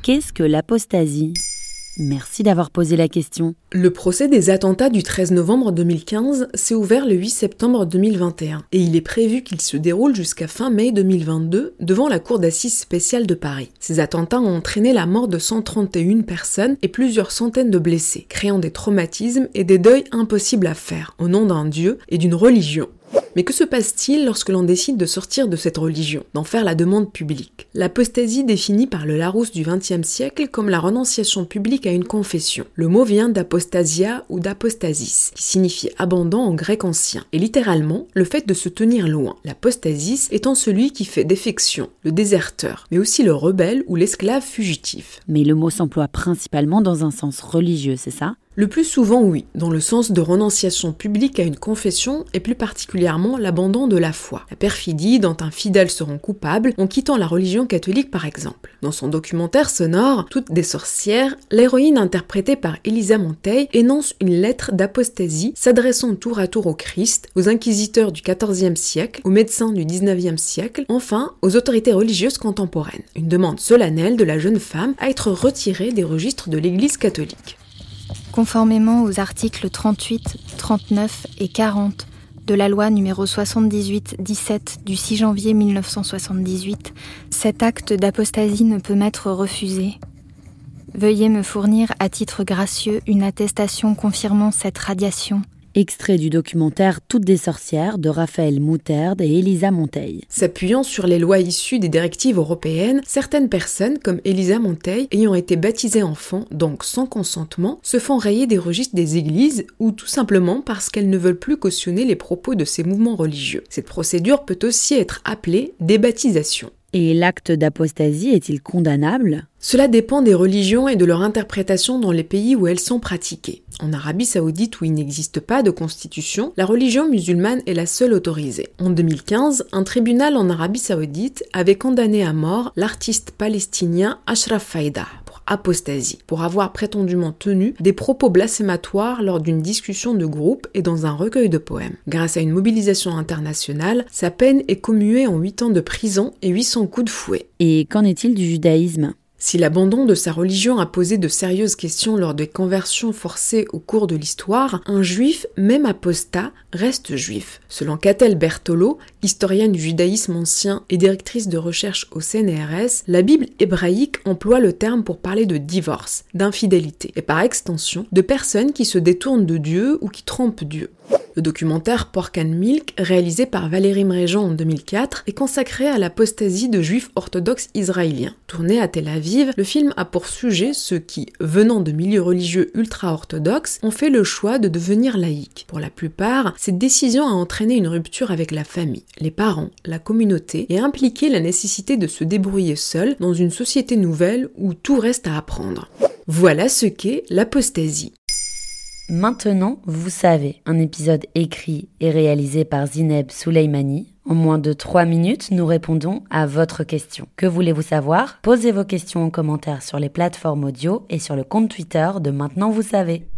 Qu'est-ce que l'apostasie ? Merci d'avoir posé la question. Le procès des attentats du 13 novembre 2015 s'est ouvert le 8 septembre 2021 et il est prévu qu'il se déroule jusqu'à fin mai 2022 devant la cour d'assises spéciale de Paris. Ces attentats ont entraîné la mort de 131 personnes et plusieurs centaines de blessés, créant des traumatismes et des deuils impossibles à faire au nom d'un dieu et d'une religion. Mais que se passe-t-il lorsque l'on décide de sortir de cette religion, d'en faire la demande publique ? L'apostasie définie par le Larousse du XXe siècle comme la renonciation publique à une confession. Le mot vient d'apostasia ou d'apostasis, qui signifie abandon en grec ancien, et littéralement le fait de se tenir loin. L'apostasis étant celui qui fait défection, le déserteur, mais aussi le rebelle ou l'esclave fugitif. Mais le mot s'emploie principalement dans un sens religieux, c'est ça ? Le plus souvent, oui, dans le sens de renonciation publique à une confession et plus particulièrement l'abandon de la foi. La perfidie dont un fidèle se rend coupable en quittant la religion catholique par exemple. Dans son documentaire sonore « Toutes des sorcières », l'héroïne interprétée par Elisa Monteil énonce une lettre d'apostasie s'adressant tour à tour au Christ, aux inquisiteurs du XIVe siècle, aux médecins du XIXe siècle, enfin aux autorités religieuses contemporaines. Une demande solennelle de la jeune femme à être retirée des registres de l'Église catholique. Conformément aux articles 38, 39 et 40 de la loi numéro 78-17 du 6 janvier 1978, cet acte d'apostasie ne peut m'être refusé. Veuillez me fournir à titre gracieux une attestation confirmant cette radiation. Extrait du documentaire Toutes des sorcières de Raphaël Moutarde et Elisa Monteil. S'appuyant sur les lois issues des directives européennes, certaines personnes, comme Elisa Monteil, ayant été baptisées enfants, donc sans consentement, se font rayer des registres des églises ou tout simplement parce qu'elles ne veulent plus cautionner les propos de ces mouvements religieux. Cette procédure peut aussi être appelée débaptisation. Et l'acte d'apostasie est-il condamnable ? Cela dépend des religions et de leur interprétation dans les pays où elles sont pratiquées. En Arabie Saoudite, où il n'existe pas de constitution, la religion musulmane est la seule autorisée. En 2015, un tribunal en Arabie Saoudite avait condamné à mort l'artiste palestinien Ashraf Faïda pour apostasie, pour avoir prétendument tenu des propos blasphématoires lors d'une discussion de groupe et dans un recueil de poèmes. Grâce à une mobilisation internationale, sa peine est commuée en 8 ans de prison et 800 coups de fouet. Et qu'en est-il du judaïsme ? Si l'abandon de sa religion a posé de sérieuses questions lors des conversions forcées au cours de l'histoire, un juif, même apostat, reste juif. Selon Catel Bertolo, historienne du judaïsme ancien et directrice de recherche au CNRS, la Bible hébraïque emploie le terme pour parler de divorce, d'infidélité, et par extension, de personnes qui se détournent de Dieu ou qui trompent Dieu. Le documentaire Pork and Milk, réalisé par Valérie Mréjean en 2004, est consacré à l'apostasie de juifs orthodoxes israéliens. Tourné à Tel Aviv, le film a pour sujet ceux qui, venant de milieux religieux ultra-orthodoxes, ont fait le choix de devenir laïcs. Pour la plupart, cette décision a entraîné une rupture avec la famille, les parents, la communauté et a impliqué la nécessité de se débrouiller seul dans une société nouvelle où tout reste à apprendre. Voilà ce qu'est l'apostasie. Maintenant, vous savez, un épisode écrit et réalisé par Zineb Souleimani. En moins de 3 minutes, nous répondons à votre question. Que voulez-vous savoir ? Posez vos questions en commentaire sur les plateformes audio et sur le compte Twitter de Maintenant Vous Savez.